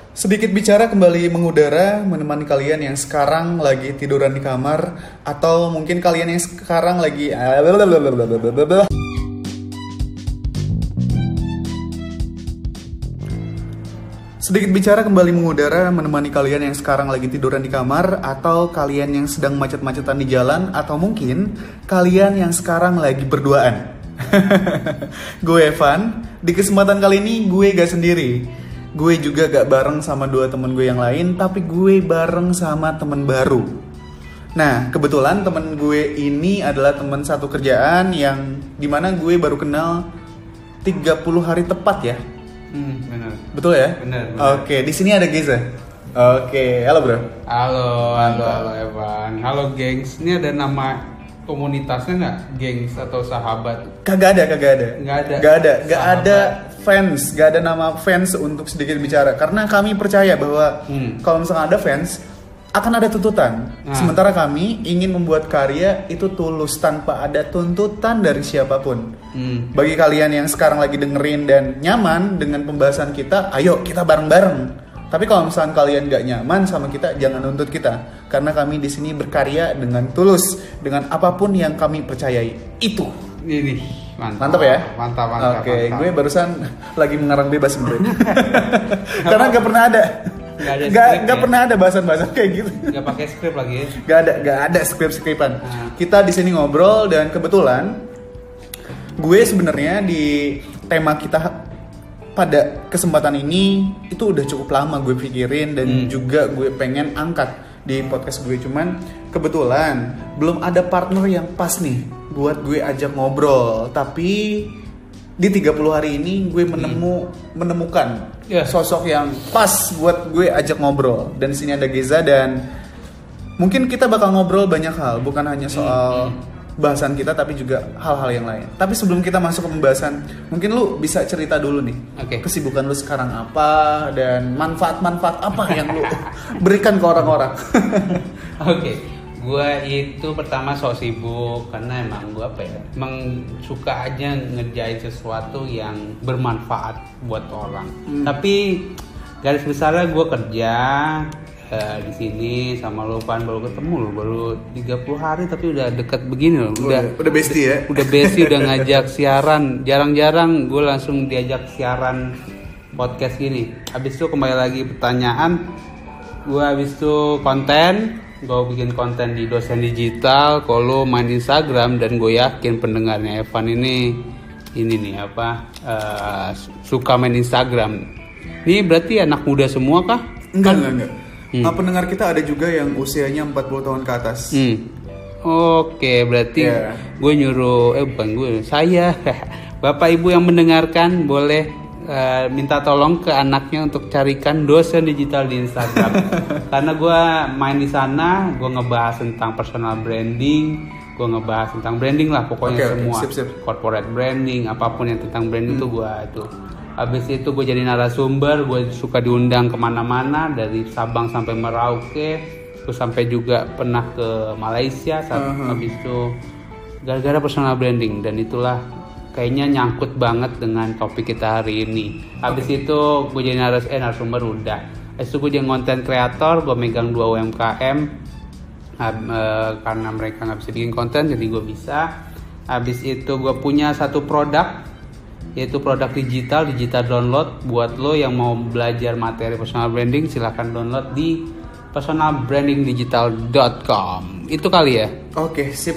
Sedikit bicara kembali mengudara menemani kalian yang sekarang lagi tiduran di kamar atau mungkin kalian yang sekarang lagi Sedikit bicara kembali mengudara menemani kalian yang sekarang lagi tiduran di kamar atau kalian yang sedang macet-macetan di jalan atau mungkin kalian yang sekarang lagi berduaan. Gue Evan, di kesempatan kali ini gue gak sendiri. Gue juga gak bareng sama dua temen gue yang lain, tapi gue bareng sama temen baru. Nah, kebetulan temen gue ini adalah temen satu kerjaan yang dimana gue baru kenal 30 hari tepat ya. Benar. Betul ya? Benar. Oke, di sini ada Geza. Oke, halo bro. Halo Evan. Halo gengs. Ini ada nama komunitasnya nggak? Gengs atau sahabat? Kagak ada. Gak ada fans, gak ada nama fans untuk sedikit bicara. Karena kami percaya bahwa kalau misalnya ada fans, akan ada tuntutan. Sementara kami ingin membuat karya itu tulus tanpa ada tuntutan dari siapapun. Bagi kalian yang sekarang lagi dengerin dan nyaman dengan pembahasan kita, ayo kita bareng-bareng. Tapi kalau misalnya kalian gak nyaman sama kita, jangan nuntut kita. Karena kami di sini berkarya dengan tulus, dengan apapun yang kami percayai. Itu. Ini Mantap ya? Mantap. Oke, gue barusan lagi mengarang bebas sebenarnya. Karena gak pernah ada. Gak pernah ada bahasan-bahasan kayak gitu. Gak pakai skrip lagi ya? Gak ada skrip-skripan. Kita di sini ngobrol dan kebetulan gue sebenarnya di tema kita pada kesempatan ini itu udah cukup lama gue pikirin dan juga gue pengen angkat di podcast gue. Cuman kebetulan belum ada partner yang pas nih buat gue ajak ngobrol. Tapi di 30 hari ini gue menemukan sosok yang pas buat gue ajak ngobrol. Dan di sini ada Geza dan mungkin kita bakal ngobrol banyak hal, bukan hanya soal bahasan kita tapi juga hal-hal yang lain. Tapi sebelum kita masuk ke pembahasan, mungkin lu bisa cerita dulu nih. Kesibukan lu sekarang apa dan manfaat-manfaat apa yang lu berikan ke orang-orang. Gue itu pertama sok sibuk karena emang gue emang suka aja ngerjain sesuatu yang bermanfaat buat orang. Tapi garis besarnya gue kerja di sini sama lu Pan, baru ketemu lu baru 30 hari tapi udah deket begini loh. Udah bestie ya? Udah bestie, udah ngajak siaran. Jarang-jarang gue langsung diajak siaran podcast gini. Habis itu kembali lagi pertanyaan. Gue habis itu gue bikin konten di Dosen Digital. Kalau main Instagram, dan gue yakin pendengarnya Evan ini nih suka main Instagram. Ini berarti anak muda semua kah? Enggak. Pendengar kita ada juga yang usianya 40 tahun ke atas. Oke, berarti gue nyuruh saya Bapak Ibu yang mendengarkan boleh minta tolong ke anaknya untuk carikan Dosen Digital di Instagram. Karena gue main di sana, gue ngebahas tentang personal branding, gue ngebahas tentang branding lah pokoknya semua. Sip. Corporate branding, apapun yang tentang branding itu gue tuh. Habis itu gue jadi narasumber, gue suka diundang kemana-mana dari Sabang sampai Merauke, terus sampai juga pernah ke Malaysia. Habis itu gara-gara personal branding, dan itulah kayaknya nyangkut banget dengan topik kita hari ini. Habis itu gue jadi narasumber udah. Habis itu gue jadi content creator, gue megang 2 UMKM karena mereka nggak bisa bikin konten, jadi gue bisa. Habis itu gue punya satu produk, yaitu produk digital download. Buat lo yang mau belajar materi personal branding, silahkan download di personalbrandingdigital.com. Itu kali ya. Oke, sip.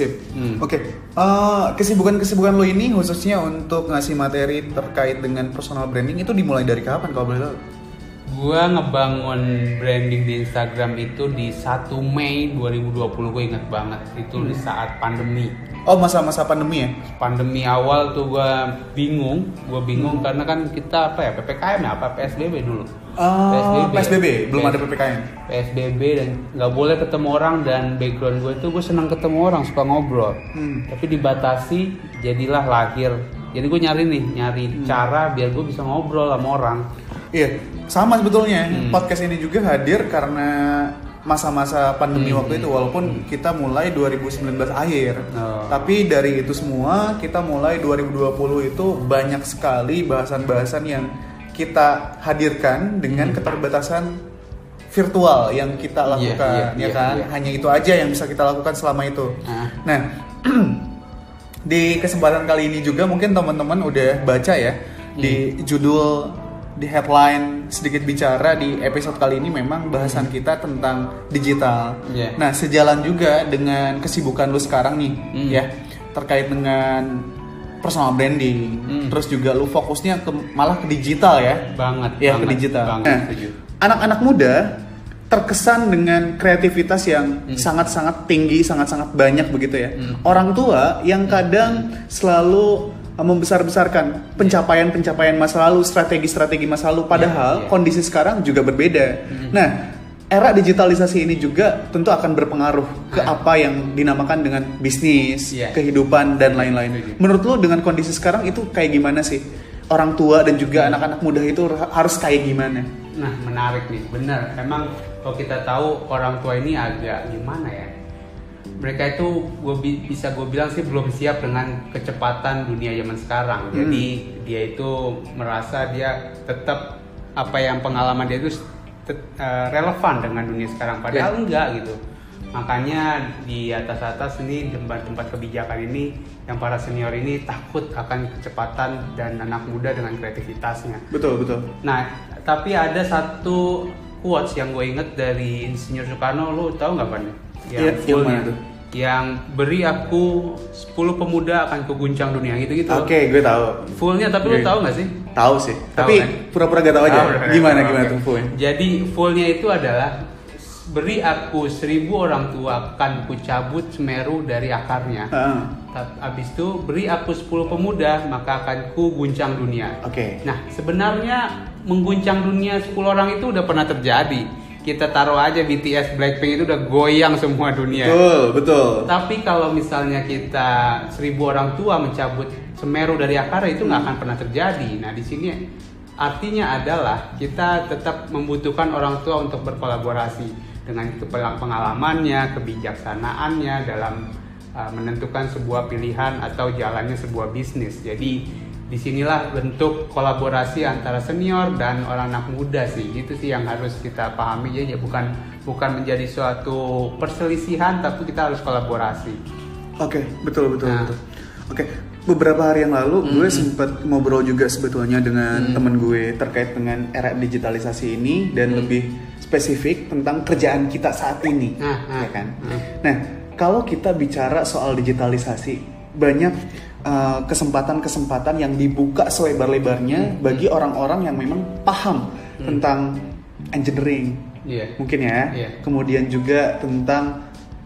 Kesibukan lo ini khususnya untuk ngasih materi terkait dengan personal branding itu dimulai dari kapan kalau boleh tahu? Gua ngebangun branding di Instagram itu di 1 Mei 2020, gue ingat banget. Itu di saat pandemi. Oh, masa-masa pandemi ya? Pandemi awal tuh gue bingung karena kan kita PPKM ya, PSBB dulu. PSBB, belum ada PPKM. PSBB dan nggak boleh ketemu orang, dan background gue senang ketemu orang, suka ngobrol. Tapi dibatasi, jadilah lahir. Jadi gue nyari cara biar gue bisa ngobrol sama orang. Iya, sama sebetulnya. Podcast ini juga hadir karena masa-masa pandemi waktu itu, walaupun kita mulai 2019 akhir. Tapi dari itu semua kita mulai 2020 itu banyak sekali bahasan-bahasan yang kita hadirkan dengan keterbatasan virtual yang kita lakukan, kan? Hanya itu aja yang bisa kita lakukan selama itu. Nah, di kesempatan kali ini juga mungkin teman-teman udah baca ya di judul, di headline sedikit bicara di episode kali ini memang bahasan kita tentang digital. Nah, sejalan juga dengan kesibukan lu sekarang nih, ya, terkait dengan personal branding, terus juga lu fokusnya malah ke digital ya. Ke digital. Nah, anak-anak muda terkesan dengan kreativitas yang sangat-sangat tinggi, sangat-sangat banyak begitu ya. Orang tua yang kadang selalu membesar-besarkan pencapaian-pencapaian masa lalu, strategi-strategi masa lalu, padahal kondisi sekarang juga berbeda. Nah, era digitalisasi ini juga tentu akan berpengaruh ke apa yang dinamakan dengan bisnis, kehidupan, dan lain-lain. Menurut lo dengan kondisi sekarang itu kayak gimana sih? Orang tua dan juga anak-anak muda itu harus kayak gimana? Nah, menarik nih, benar. Emang kalau kita tahu orang tua ini agak gimana ya? Mereka itu bisa gue bilang sih belum siap dengan kecepatan dunia zaman sekarang. Jadi dia itu merasa dia tetap apa yang pengalaman dia itu relevan dengan dunia sekarang. Padahal enggak gitu. Makanya di atas ini tempat kebijakan ini yang para senior ini takut akan kecepatan dan anak muda dengan kreativitasnya. Betul. Nah, tapi ada satu quotes yang gue inget dari Insinyur Soekarno, lu tahu nggak Pan? Yang fullnya tuh. Yang beri aku 10 pemuda akan kuguncang dunia gitu-gitu. Oke, gue tahu. Fullnya, tapi lu tahu nggak sih? Tahu sih. Tapi kan? Pura-pura gak tahu aja. Gimana tuh fullnya? Jadi fullnya itu adalah beri aku 1000 orang tua akan kucabut Semeru dari akarnya. Habis itu beri aku 10 pemuda maka akan ku guncang dunia. Nah, sebenarnya mengguncang dunia 10 orang itu udah pernah terjadi. Kita taruh aja BTS, Blackpink itu udah goyang semua dunia. Betul. Tapi kalau misalnya kita 1000 orang tua mencabut Semeru dari akar itu nggak akan pernah terjadi. Nah, di sini artinya adalah kita tetap membutuhkan orang tua untuk berkolaborasi dengan pengalamannya, kebijaksanaannya dalam menentukan sebuah pilihan atau jalannya sebuah bisnis. Jadi disinilah bentuk kolaborasi antara senior dan orang anak muda sih. Itu sih yang harus kita pahami ya, bukan menjadi suatu perselisihan, tapi kita harus kolaborasi. Betul. Beberapa hari yang lalu gue sempat ngobrol juga sebetulnya dengan temen gue terkait dengan era digitalisasi ini dan lebih spesifik tentang kerjaan kita saat ini, ya kan? Nah, kalau kita bicara soal digitalisasi, banyak kesempatan-kesempatan yang dibuka selebar-lebarnya bagi orang-orang yang memang paham tentang engineering, mungkin ya. Kemudian juga tentang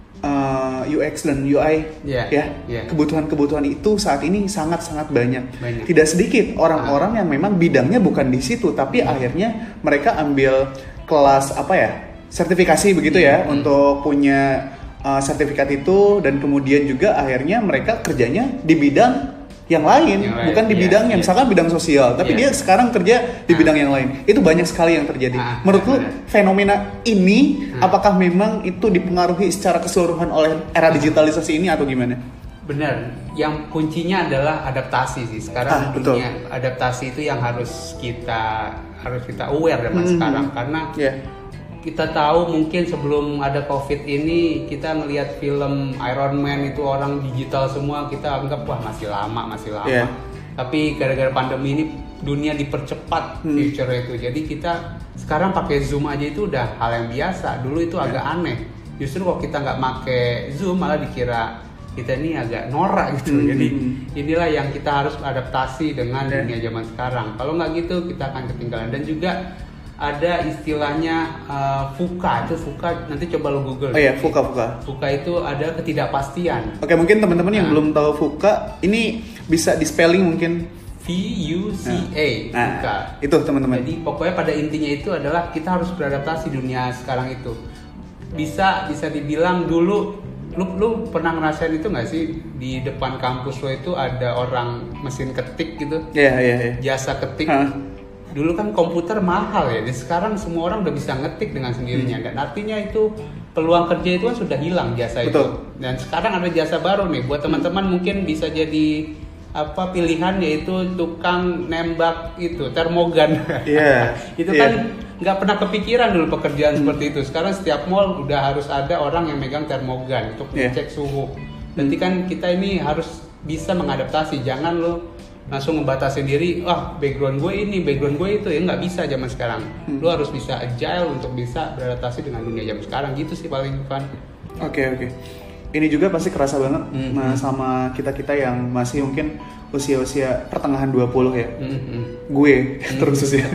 UX dan UI, kebutuhan-kebutuhan itu saat ini sangat-sangat banyak. Tidak sedikit orang-orang yang memang bidangnya bukan di situ, tapi akhirnya mereka ambil kelas sertifikasi begitu ya untuk punya sertifikat itu, dan kemudian juga akhirnya mereka kerjanya di bidang yang lain, bukan di bidangnya, misalkan bidang sosial, tapi dia sekarang kerja di bidang yang lain. Itu banyak sekali yang terjadi. Menurut lu fenomena ini apakah memang itu dipengaruhi secara keseluruhan oleh era digitalisasi ini atau gimana? Benar, yang kuncinya adalah adaptasi sih. Sekarang dunia adaptasi itu yang harus kita aware zaman sekarang, karena kita tahu mungkin sebelum ada COVID ini kita ngelihat film Iron Man itu orang digital semua, kita anggap wah masih lama. Tapi gara-gara pandemi ini dunia dipercepat future itu. Jadi kita sekarang pakai Zoom aja itu udah hal yang biasa. Dulu itu agak aneh. Justru kalau kita nggak pakai Zoom malah dikira kita ini agak norak gitu. Jadi inilah yang kita harus adaptasi dengan dunia zaman sekarang. Kalau nggak gitu kita akan ketinggalan. Dan juga ada istilahnya VUCA. Itu VUCA, nanti coba lo Google. VUCA. VUCA itu ada ketidakpastian. Mungkin teman-teman yang belum tahu VUCA ini bisa di spelling mungkin VUCA. VUCA. Itu teman-teman. Jadi pokoknya pada intinya itu adalah kita harus beradaptasi dunia sekarang itu. Bisa dibilang dulu lu pernah ngerasain itu nggak sih, di depan kampus lo itu ada orang mesin ketik gitu? Iya. Jasa ketik. Dulu kan komputer mahal ya, dan sekarang semua orang udah bisa ngetik dengan sendirinya. Dan artinya itu peluang kerja itu kan sudah hilang jasa itu. Dan sekarang ada jasa baru nih buat teman-teman, mungkin bisa jadi pilihan yaitu tukang nembak itu termogan. Iya. Itu kan nggak pernah kepikiran dulu pekerjaan seperti itu. Sekarang setiap mall udah harus ada orang yang megang termogan untuk ngecek suhu. Berarti kan kita ini harus bisa mengadaptasi. Jangan lo langsung ngebatasi diri, background gue ini, background gue itu, ya nggak bisa zaman sekarang. Lo harus bisa agile untuk bisa beradaptasi dengan dunia zaman sekarang, gitu sih paling Van. Oke. Ini juga pasti kerasa banget sama kita yang masih mungkin usia-usia pertengahan 20 ya. Gue terkhususnya.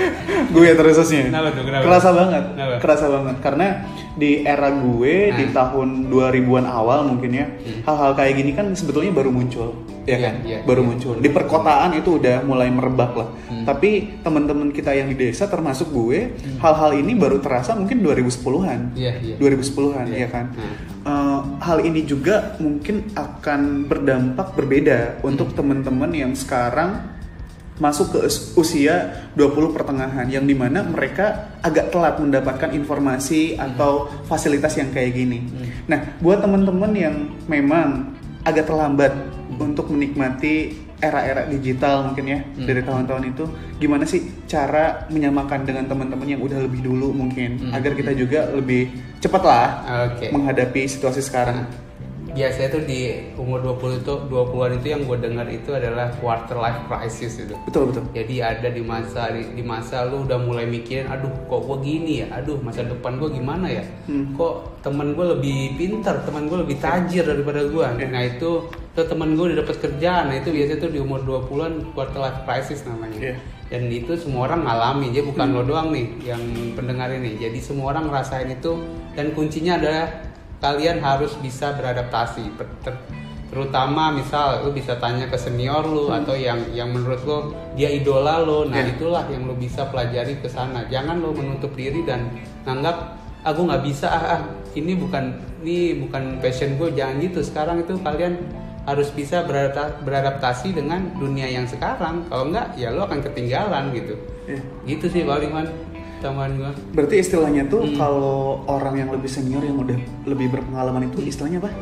Kenapa? Kerasa banget karena di era gue di tahun 2000-an awal mungkin ya, hal-hal kayak gini kan sebetulnya baru muncul. Baru muncul. Di perkotaan itu udah mulai merebak lah. Tapi teman-teman kita yang di desa termasuk gue, hal-hal ini baru terasa mungkin 2010-an. 2010-an ya kan. Hal ini juga mungkin akan berdampak berbeda untuk teman-teman yang sekarang masuk ke usia 20 pertengahan, yang dimana mereka agak telat mendapatkan informasi atau fasilitas yang kayak gini. Nah, buat teman-teman yang memang agak terlambat untuk menikmati era-era digital mungkin ya dari tahun-tahun itu, gimana sih cara menyamakan dengan teman-teman yang udah lebih dulu mungkin agar kita juga lebih cepat lah menghadapi situasi sekarang. Biasanya tuh di umur 20-an itu yang gue dengar itu adalah quarter life crisis itu. Betul. Jadi ada di masa lu udah mulai mikirin, aduh kok gue gini ya, aduh masa depan gue gimana ya, kok teman gue lebih pintar, teman gue lebih tajir daripada gue. Nah itu tuh teman gue udah dapat kerjaan. Nah itu biasanya tuh di umur 20-an quarter life crisis namanya. Dan itu semua orang ngalami, jadi bukan lo doang nih yang pendengar ini. Jadi semua orang ngerasain itu, dan kuncinya adalah kalian harus bisa beradaptasi. Terutama misal lu bisa tanya ke senior lu atau yang menurut lo dia idola lo. Nah itulah yang lu bisa pelajari ke sana. Jangan lo menutup diri dan nganggap aku nggak bisa, ini bukan passion gue. Jangan gitu. Sekarang itu kalian harus bisa beradaptasi dengan dunia yang sekarang. Kalau enggak ya lo akan ketinggalan gitu. Gitu sih paling tambahan gue. Berarti istilahnya tuh kalau orang yang lebih senior yang udah lebih berpengalaman itu istilahnya apa?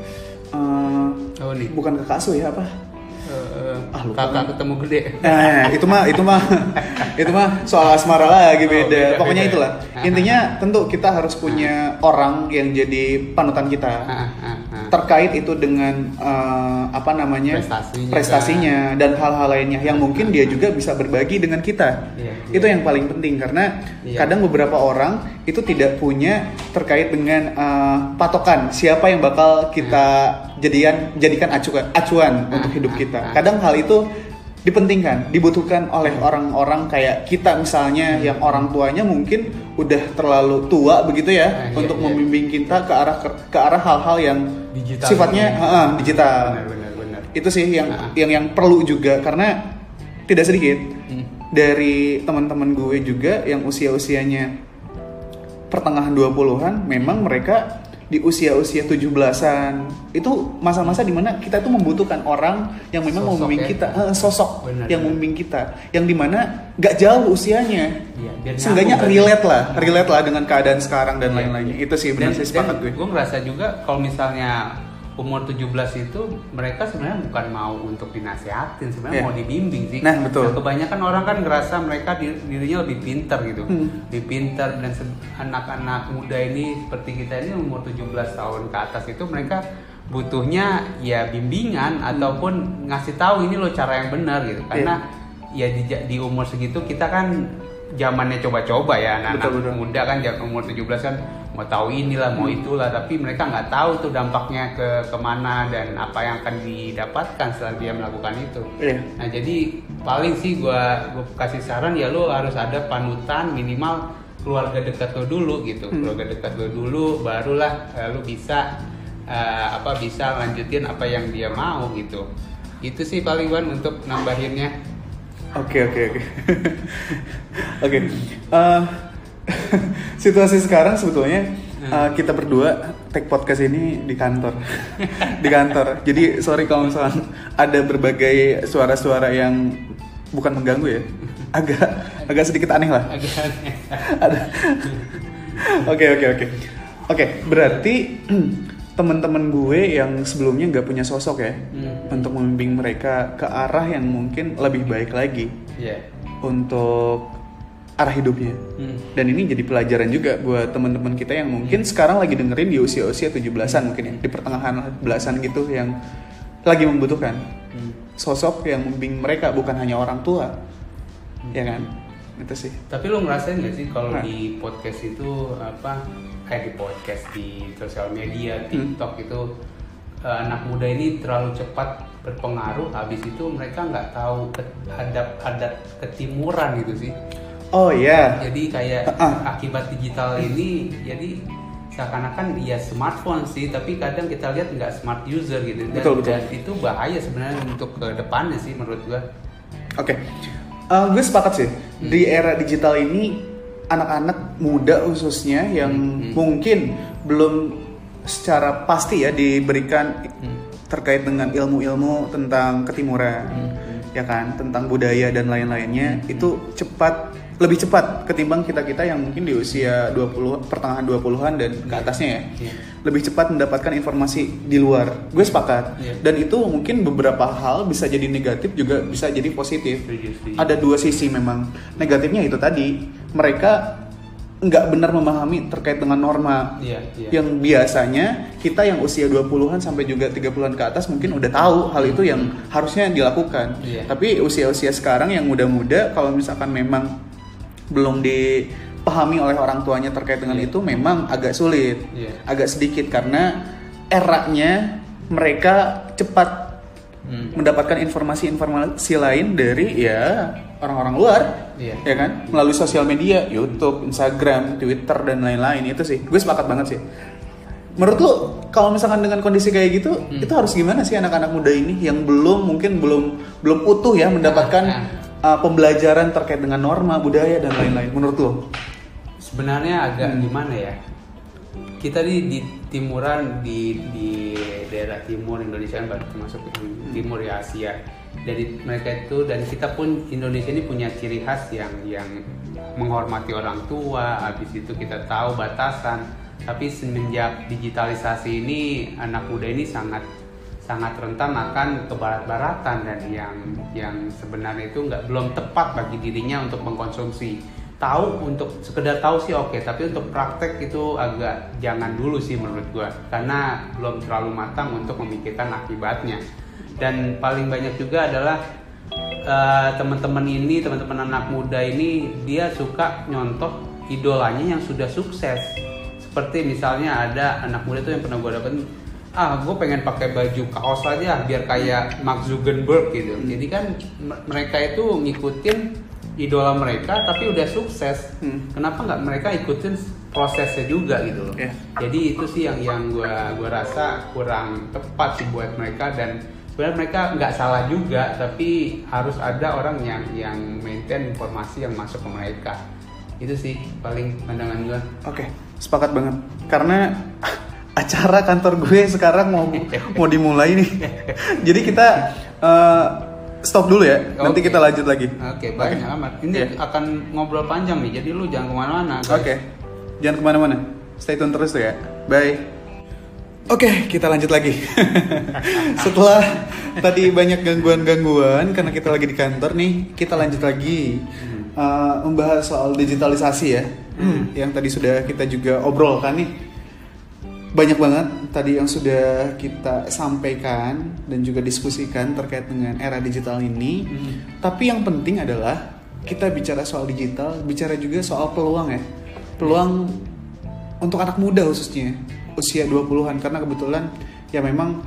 Bukan kakak asuh ya apa? Kakak ketemu gede. Itu mah soal asmara lagi beda. Pokoknya itulah. Intinya tentu kita harus punya orang yang jadi panutan kita. Terkait itu dengan prestasinya dan hal-hal lainnya yang mungkin dia juga bisa berbagi dengan kita. Itu yang paling penting karena kadang beberapa orang itu tidak punya terkait dengan patokan siapa yang bakal kita jadikan acuan untuk hidup kita. Kadang hal itu dibutuhkan oleh orang-orang kayak kita misalnya yang orang tuanya mungkin udah terlalu tua begitu ya untuk membimbing kita ke arah hal-hal yang digital, sifatnya digital. Benar. Itu sih yang perlu juga karena tidak sedikit dari teman-teman gue juga yang usia-usianya pertengahan 20-an memang mereka di usia-usia 17-an itu masa-masa dimana kita tuh membutuhkan orang yang memang membimbing kita, sosok yang membimbing kita, yang dimana nggak jauh usianya, seenggaknya relate lah dengan keadaan sekarang dan lain-lainnya. Itu sih benar sih sepakat gue. Gue ngerasa juga kalau misalnya umur 17 itu mereka sebenarnya bukan mau untuk dinasehatin, sebenarnya mau dibimbing sih. Nah, betul. Nah, kebanyakan orang kan ngerasa mereka dirinya lebih pintar gitu. Lebih pintar, dan anak-anak muda ini seperti kita ini umur 17 tahun ke atas itu mereka butuhnya ya bimbingan ataupun ngasih tahu ini loh cara yang benar gitu. Karena ya di umur segitu kita kan zamannya coba-coba ya, anak-anak muda kan umur 17 kan mau tahu inilah mau itulah, tapi mereka nggak tahu tuh dampaknya kemana dan apa yang akan didapatkan setelah dia melakukan itu. Nah jadi paling sih gue kasih saran ya lo harus ada panutan, minimal keluarga dekat lo dulu gitu. Keluarga dekat lo dulu barulah lo bisa bisa lanjutin apa yang dia mau gitu. Itu sih paling Wan untuk nambahinnya. Oke. Situasi sekarang sebetulnya kita berdua take podcast ini di kantor. Jadi sorry kalau misalnya ada berbagai suara-suara yang bukan mengganggu ya. Agak sedikit aneh lah. Oke. Berarti teman-teman gue yang sebelumnya nggak punya sosok ya, untuk membimbing mereka ke arah yang mungkin lebih baik lagi untuk arah hidupnya. Dan ini jadi pelajaran juga buat teman-teman kita yang mungkin sekarang lagi dengerin di usia-usia 17-an mungkin ya, di pertengahan belasan gitu, yang lagi membutuhkan sosok yang membimbing mereka, bukan hanya orang tua. Ya kan? Itu sih. Tapi lo ngerasain nggak sih kalau di podcast itu kayak di podcast, di sosial media, TikTok itu anak muda ini terlalu cepat berpengaruh, habis itu mereka nggak tahu adat ketimuran gitu sih. Oh iya. Jadi kayak akibat digital ini, jadi seakan-akan ya smartphone sih, tapi kadang kita lihat nggak smart user gitu. Dan itu bahaya sebenarnya untuk ke depannya sih menurut gua. Oke. Gue sepakat sih, di era digital ini anak-anak muda khususnya yang mungkin belum secara pasti ya diberikan terkait dengan ilmu-ilmu tentang ketimuran, ya kan, tentang budaya dan lain-lainnya, itu lebih cepat ketimbang kita yang mungkin di usia 20 pertengahan 20-an dan ke atasnya ya. Lebih cepat mendapatkan informasi di luar. Gue sepakat. Dan itu mungkin beberapa hal bisa jadi negatif, juga bisa jadi positif. Ada dua sisi memang. Negatifnya itu tadi, mereka nggak benar memahami terkait dengan norma. Yang biasanya kita yang usia 20-an sampai juga 30-an ke atas mungkin udah tahu hal itu yang harusnya dilakukan. Tapi usia-usia sekarang yang muda-muda, kalau misalkan memang belum dipahami oleh orang tuanya terkait dengan itu, memang agak sulit, agak sedikit, karena eranya mereka cepat mendapatkan informasi lain dari ya orang-orang luar, ya kan, melalui sosial media, YouTube, Instagram, Twitter dan lain-lain. Itu sih, gue sepakat banget sih. Menurut lo, kalau misalkan dengan kondisi kayak gitu, itu harus gimana sih anak-anak muda ini yang belum utuh ya mendapatkan pembelajaran terkait dengan norma, budaya dan lain-lain, menurut lo? Sebenarnya agak gimana ya? Kita di timuran, di daerah timur Indonesia, kan termasuk timur ya, Asia. Dari mereka itu, dan kita pun Indonesia ini punya ciri khas yang menghormati orang tua. Habis itu kita tahu batasan. Tapi semenjak digitalisasi ini, anak muda ini sangat rentan akan kebarat-baratan, dan yang sebenarnya itu belum tepat bagi dirinya untuk mengkonsumsi. Untuk sekedar tahu sih oke, tapi untuk praktek itu agak jangan dulu sih menurut gua, karena belum terlalu matang untuk memikirkan akibatnya. Dan paling banyak juga adalah teman-teman anak muda ini, dia suka nyontoh idolanya yang sudah sukses. Seperti misalnya ada anak muda tuh yang pernah gua dapetin, gue pengen pakai baju kaos aja biar kayak Mark Zuckerberg gitu. Jadi kan mereka itu ngikutin idola mereka tapi udah sukses. Kenapa nggak mereka ikutin prosesnya juga gitu loh? Jadi itu sih yang gue rasa kurang tepat sih buat mereka. Dan sebenarnya mereka nggak salah juga, tapi harus ada orang yang maintain informasi yang masuk ke mereka. Itu sih paling pandangan gue. Oke, sepakat banget. Karena acara kantor gue sekarang mau dimulai nih. Jadi kita stop dulu ya. Nanti kita lanjut lagi. Oke, banyak amat. Ini akan ngobrol panjang nih. Jadi lu jangan kemana-mana. Oke. Jangan kemana-mana. Stay tune terus tuh ya. Bye. Oke, kita lanjut lagi. Setelah tadi banyak gangguan-gangguan karena kita lagi di kantor nih, kita lanjut lagi membahas soal digitalisasi ya. Yang tadi sudah kita juga obrolkan nih. Banyak banget tadi yang sudah kita sampaikan dan juga diskusikan terkait dengan era digital ini. Tapi yang penting adalah kita bicara soal digital, bicara juga soal peluang ya. Peluang untuk anak muda khususnya usia 20-an, karena kebetulan ya memang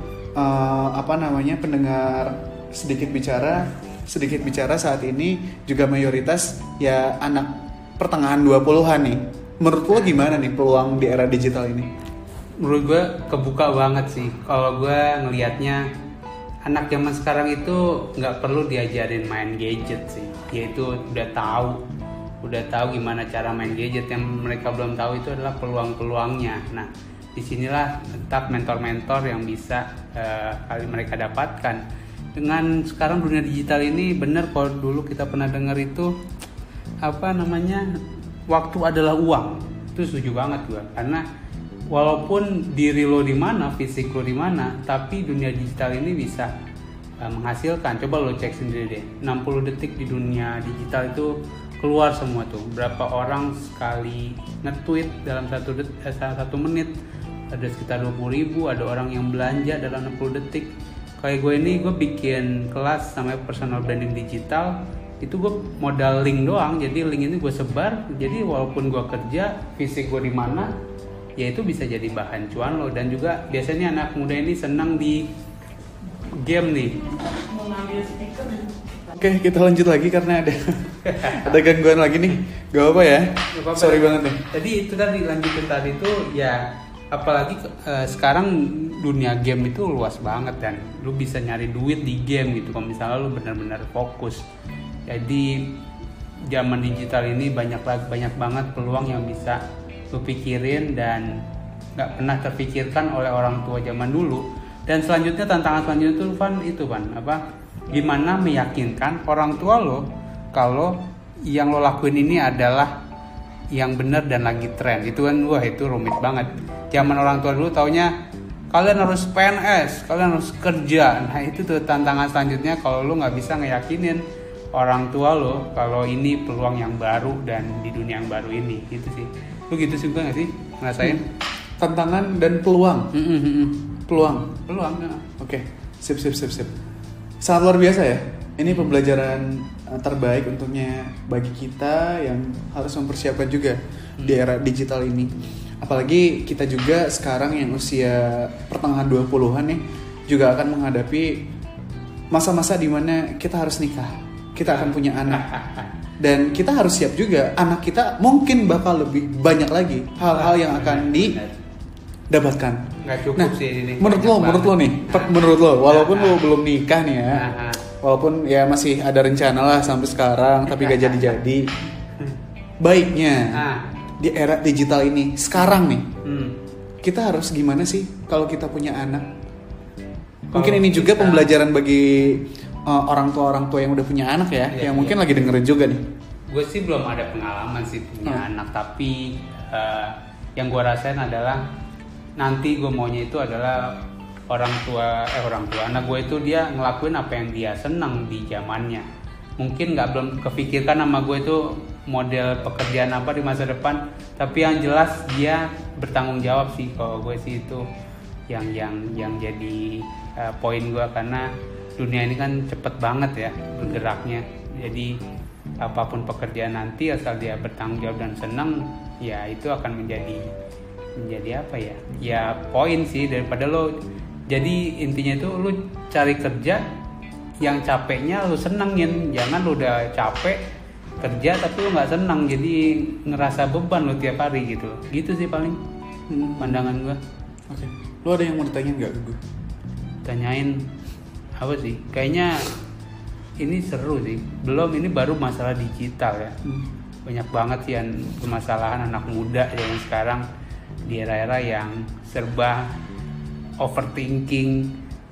pendengar sedikit bicara saat ini juga mayoritas ya anak pertengahan 20-an nih. Menurut lo gimana nih peluang di era digital ini? Menurut gue kebuka banget sih. Kalau gue ngelihatnya, anak zaman sekarang itu nggak perlu diajarin main gadget sih. Dia itu udah tahu gimana cara main gadget. Yang mereka belum tahu itu adalah peluang-peluangnya. Nah, disinilah tetap mentor-mentor yang bisa mereka dapatkan. Dengan sekarang dunia digital ini, bener kalau dulu kita pernah dengar itu waktu adalah uang. Itu setuju banget gue, karena walaupun diri lo di mana, fisik lo di mana, tapi dunia digital ini bisa menghasilkan. Coba lo cek sendiri deh, 60 detik di dunia digital itu keluar semua tuh. Berapa orang sekali nge-tweet dalam 1 menit, ada sekitar 20.000, ada orang yang belanja dalam 60 detik. Kayak gue ini, gue bikin kelas namanya personal branding digital, itu gue modal link doang. Jadi link ini gue sebar, jadi walaupun gue kerja, fisik gue di mana, ya itu bisa jadi bahan cuan lo. Dan juga biasanya anak muda ini senang di game nih. Oke, kita lanjut lagi karena ada gangguan lagi nih. Gak apa ya? Sorry banget nih. Jadi itu tadi lanjutin tadi tuh ya, apalagi sekarang dunia game itu luas banget dan lu bisa nyari duit di game gitu kalau misalnya lu benar-benar fokus. Jadi zaman digital ini banyak banget peluang yang bisa lu pikirin dan nggak pernah terpikirkan oleh orang tua zaman dulu. Dan selanjutnya, tantangan selanjutnya itu Van, gimana meyakinkan orang tua lo kalau yang lo lakuin ini adalah yang benar dan lagi tren. Itu kan, wah itu rumit banget. Zaman orang tua dulu taunya kalian harus PNS, kalian harus kerja. Nah itu tuh tantangan selanjutnya kalau lo nggak bisa ngeyakinin orang tua lo kalau ini peluang yang baru dan di dunia yang baru ini. Gitu sih. Lo gitu sih nggak sih ngerasain? Tantangan dan peluang. Peluang. Ya. Oke. Sip. Sangat luar biasa ya. Ini pembelajaran terbaik untuknya bagi kita yang harus mempersiapkan juga di era digital ini. Apalagi kita juga sekarang yang usia pertengahan 20-an nih juga akan menghadapi masa-masa di mana kita harus nikah. Kita akan punya anak. Dan kita harus siap juga, anak kita mungkin bakal lebih banyak lagi hal-hal yang akan didapatkan. Nggak cukup sih ini. Menurut lo, walaupun lo belum nikah nih ya, walaupun ya masih ada rencana lah sampai sekarang, tapi gak jadi-jadi. Baiknya di era digital ini sekarang nih, kita harus gimana sih kalau kita punya anak? Mungkin ini juga pembelajaran bagi orang tua yang udah punya anak ya, yang mungkin lagi dengerin juga nih. Gue sih belum ada pengalaman sih punya anak, tapi yang gue rasain adalah nanti gue maunya itu adalah orang tua anak gue itu dia ngelakuin apa yang dia senang di zamannya. Mungkin nggak belum kepikirkan sama gue itu model pekerjaan apa di masa depan, tapi yang jelas dia bertanggung jawab sih. Kalau gue sih itu yang jadi poin gue, karena dunia ini kan cepet banget ya bergeraknya. Jadi apapun pekerjaan nanti asal dia bertanggung jawab dan senang, ya itu akan menjadi apa ya? Ya poin sih daripada lo. Jadi intinya itu lo cari kerja yang capeknya lo senengin, jangan lo udah capek kerja tapi lo nggak senang, jadi ngerasa beban lo tiap hari gitu. Gitu sih paling pandangan gue. Oke. Lo ada yang mau ditanyain nggak ke gue? Tanyain apa sih? Kayaknya ini seru sih. Belum, ini baru masalah digital ya. Banyak banget sih permasalahan anak muda yang sekarang di era-era yang serba overthinking,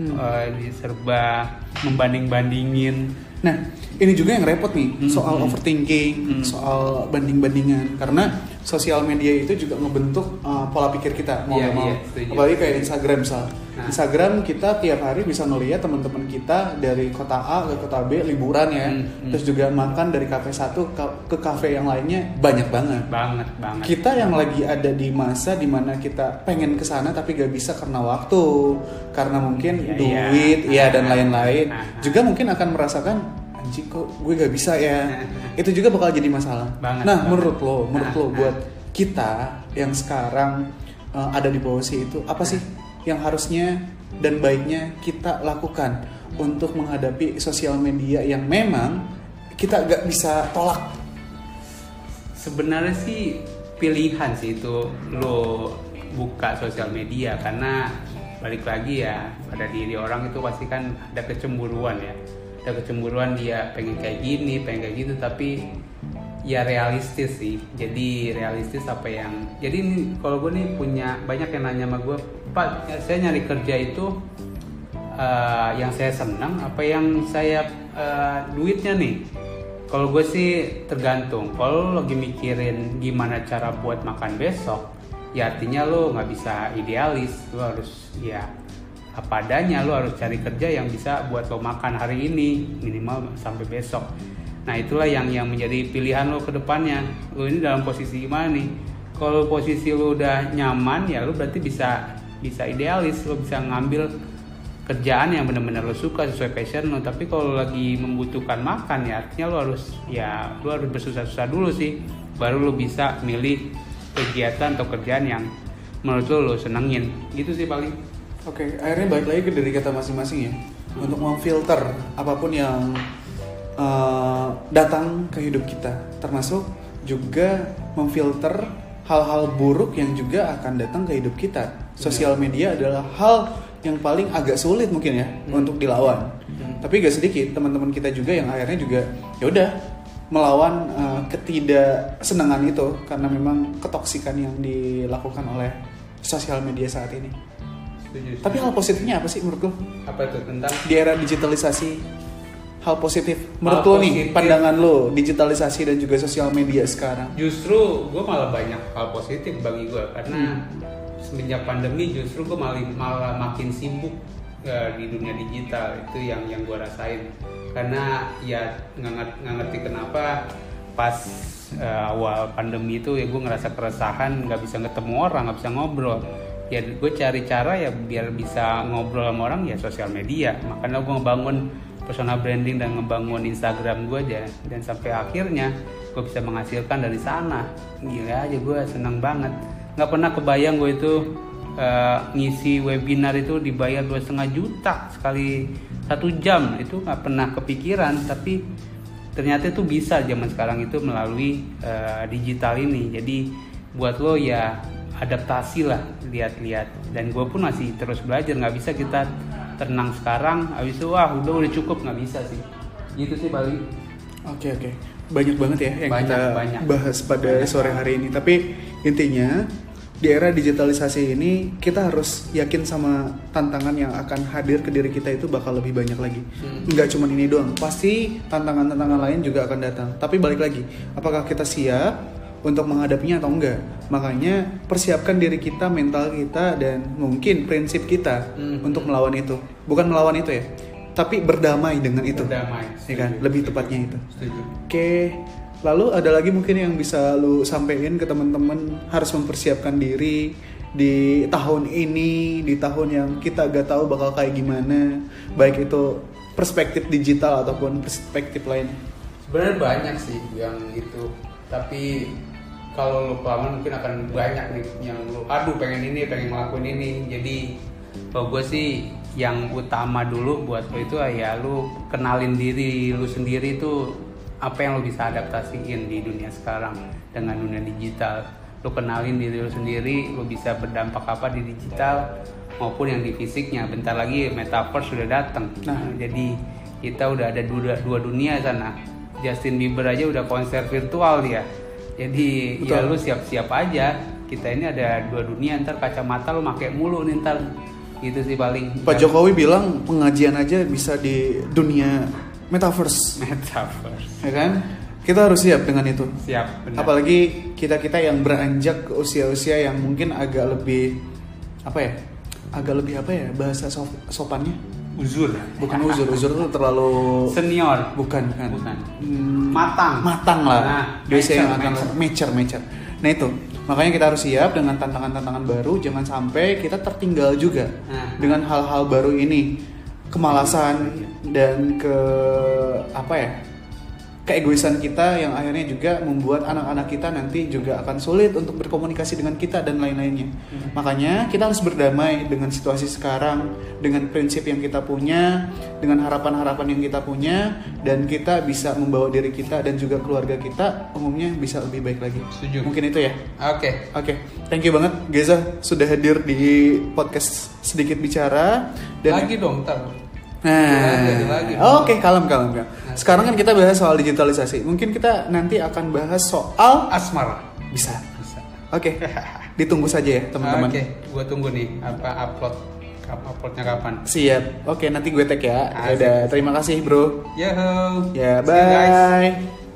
serba membanding-bandingin. Nah, ini juga yang repot nih, soal overthinking, soal banding-bandingan, karena sosial media itu juga ngebentuk pola pikir kita, mau nggak mau. Apalagi kayak Instagram, Instagram kita tiap hari bisa ngeliat teman-teman kita dari kota A ke kota B liburan ya, terus juga makan dari kafe satu ke kafe yang lainnya banyak banget. Banget. Kita yang lagi ada di masa dimana kita pengen kesana tapi gak bisa karena waktu, karena mungkin duit, dan lain-lain. Juga mungkin akan merasakan anjing kok gue gak bisa ya. Itu juga bakal jadi masalah. Menurut lo buat kita yang sekarang ada di posisi itu, apa sih yang harusnya dan baiknya kita lakukan untuk menghadapi sosial media yang memang kita gak bisa tolak? Sebenarnya sih pilihan sih itu lo buka sosial media, karena balik lagi ya pada diri orang itu pasti kan ada kecemburuan ya. Ada kecemburuan, dia pengen kayak gini, pengen kayak gitu, tapi ya realistis sih. Jadi realistis apa yang, jadi kalau gue nih punya banyak yang nanya sama gue, Pak, saya nyari kerja itu yang saya senang apa yang saya duitnya nih. Kalau gue sih tergantung. Kalau lo lagi mikirin gimana cara buat makan besok, ya artinya lo nggak bisa idealis, lo harus ya apa adanya, lo harus cari kerja yang bisa buat lo makan hari ini minimal sampai besok. Nah itulah yang menjadi pilihan lo ke depannya. Lo ini dalam posisi gimana nih? Kalau posisi lo udah nyaman ya lo berarti bisa idealis, lo bisa ngambil kerjaan yang benar-benar lo suka sesuai passion lo. Tapi kalau lagi membutuhkan makan ya artinya lo harus bersusah-susah dulu sih, baru lo bisa milih kegiatan atau kerjaan yang menurut lo senengin. Gitu sih paling. Oke, akhirnya balik lagi ke diri kita masing-masing ya, untuk memfilter apapun yang datang ke hidup kita, termasuk juga memfilter hal-hal buruk yang juga akan datang ke hidup kita. Sosial media adalah hal yang paling agak sulit mungkin ya untuk dilawan. Tapi gak sedikit teman-teman kita juga yang akhirnya juga ya udah melawan ketidaksenangan itu karena memang ketoksikan yang dilakukan oleh sosial media saat ini. Tapi hal positifnya apa sih menurut lo? Apa itu tentang di era digitalisasi? Hal positif menurut lo nih, pandangan lo digitalisasi dan juga sosial media sekarang? Justru gue malah banyak hal positif bagi gue karena semenjak pandemi justru gue malah makin sibuk di dunia digital. Itu yang gue rasain, karena ya nggak ngerti kenapa pas awal pandemi itu ya gue ngerasa keresahan, nggak bisa ketemu orang, nggak bisa ngobrol. Ya gue cari cara ya biar bisa ngobrol sama orang ya sosial media. Makanya gue ngebangun personal branding dan ngebangun Instagram gue aja, dan sampai akhirnya gue bisa menghasilkan dari sana. Gila aja, gue senang banget. Nggak pernah kebayang gue itu ngisi webinar itu dibayar 2,5 juta sekali 1 jam. Itu nggak pernah kepikiran, tapi ternyata itu bisa zaman sekarang itu melalui digital ini. Jadi buat lo ya adaptasi lah, lihat-lihat. Dan gue pun masih terus belajar. Nggak bisa kita tenang sekarang habis itu udah cukup, nggak bisa sih. Gitu sih paling. Oke. Banyak banget ya yang kita bahas pada sore hari ini. Tapi intinya di era digitalisasi ini kita harus yakin sama tantangan yang akan hadir ke diri kita itu bakal lebih banyak lagi. Nggak cuma ini doang, pasti tantangan-tantangan lain juga akan datang. Tapi balik lagi, apakah kita siap untuk menghadapinya atau enggak? Makanya persiapkan diri kita, mental kita, dan mungkin prinsip kita untuk melawan itu. Bukan melawan itu ya, tapi berdamai dengan itu. Berdamai, ya kan? Lebih tepatnya itu. Setuju. Oke. Lalu ada lagi mungkin yang bisa lu sampein ke teman-teman harus mempersiapkan diri di tahun ini, di tahun yang kita gak tahu bakal kayak gimana, baik itu perspektif digital ataupun perspektif lain. Sebenarnya banyak sih yang itu, tapi kalau lu kelamaan mungkin akan banyak nih yang lu pengen ngelakuin ini. Jadi kalau gue sih yang utama dulu buat lo itu ya lu kenalin diri lu sendiri itu apa yang lo bisa adaptasiin di dunia sekarang dengan dunia digital. Lo kenalin diri lo sendiri, lo bisa berdampak apa di digital maupun yang di fisiknya. Bentar lagi metaverse sudah datang. Nah, jadi kita udah ada dua dunia sana. Justin Bieber aja udah konser virtual dia. Jadi ya lo siap-siap aja. Kita ini ada dua dunia, ntar kacamata lo pakai mulu nih ntar. Gitu sih paling. Pak Jokowi bilang pengajian aja bisa di dunia Metaverse, ya kan? Kita harus siap dengan itu. Siap, benar. Apalagi kita yang beranjak ke usia-usia yang mungkin agak lebih bahasa sopannya? Uzur. Bukan uzur itu terlalu senior. Bukan. Matang lah. Nah, di usia yang akan mature. Nah itu, makanya kita harus siap dengan tantangan-tantangan baru. Jangan sampai kita tertinggal juga dengan hal-hal baru ini. Kemalasan dan keegoisan kita yang akhirnya juga membuat anak-anak kita nanti juga akan sulit untuk berkomunikasi dengan kita dan lain-lainnya. Makanya kita harus berdamai dengan situasi sekarang, dengan prinsip yang kita punya, dengan harapan-harapan yang kita punya, dan kita bisa membawa diri kita dan juga keluarga kita umumnya bisa lebih baik lagi. Setuju. Mungkin itu ya. Oke. Thank you banget Geza sudah hadir di podcast Sedikit Bicara. Dan lagi dong, ntar. Oke, kalem. Sekarang kan kita bahas soal digitalisasi. Mungkin kita nanti akan bahas soal asmara. Bisa. Oke. Ditunggu saja ya, teman-teman. Oke, gua tunggu nih uploadnya kapan. Siap. Oke, nanti gue tag ya. Udah, terima kasih, Bro. Yo. Ya, bye.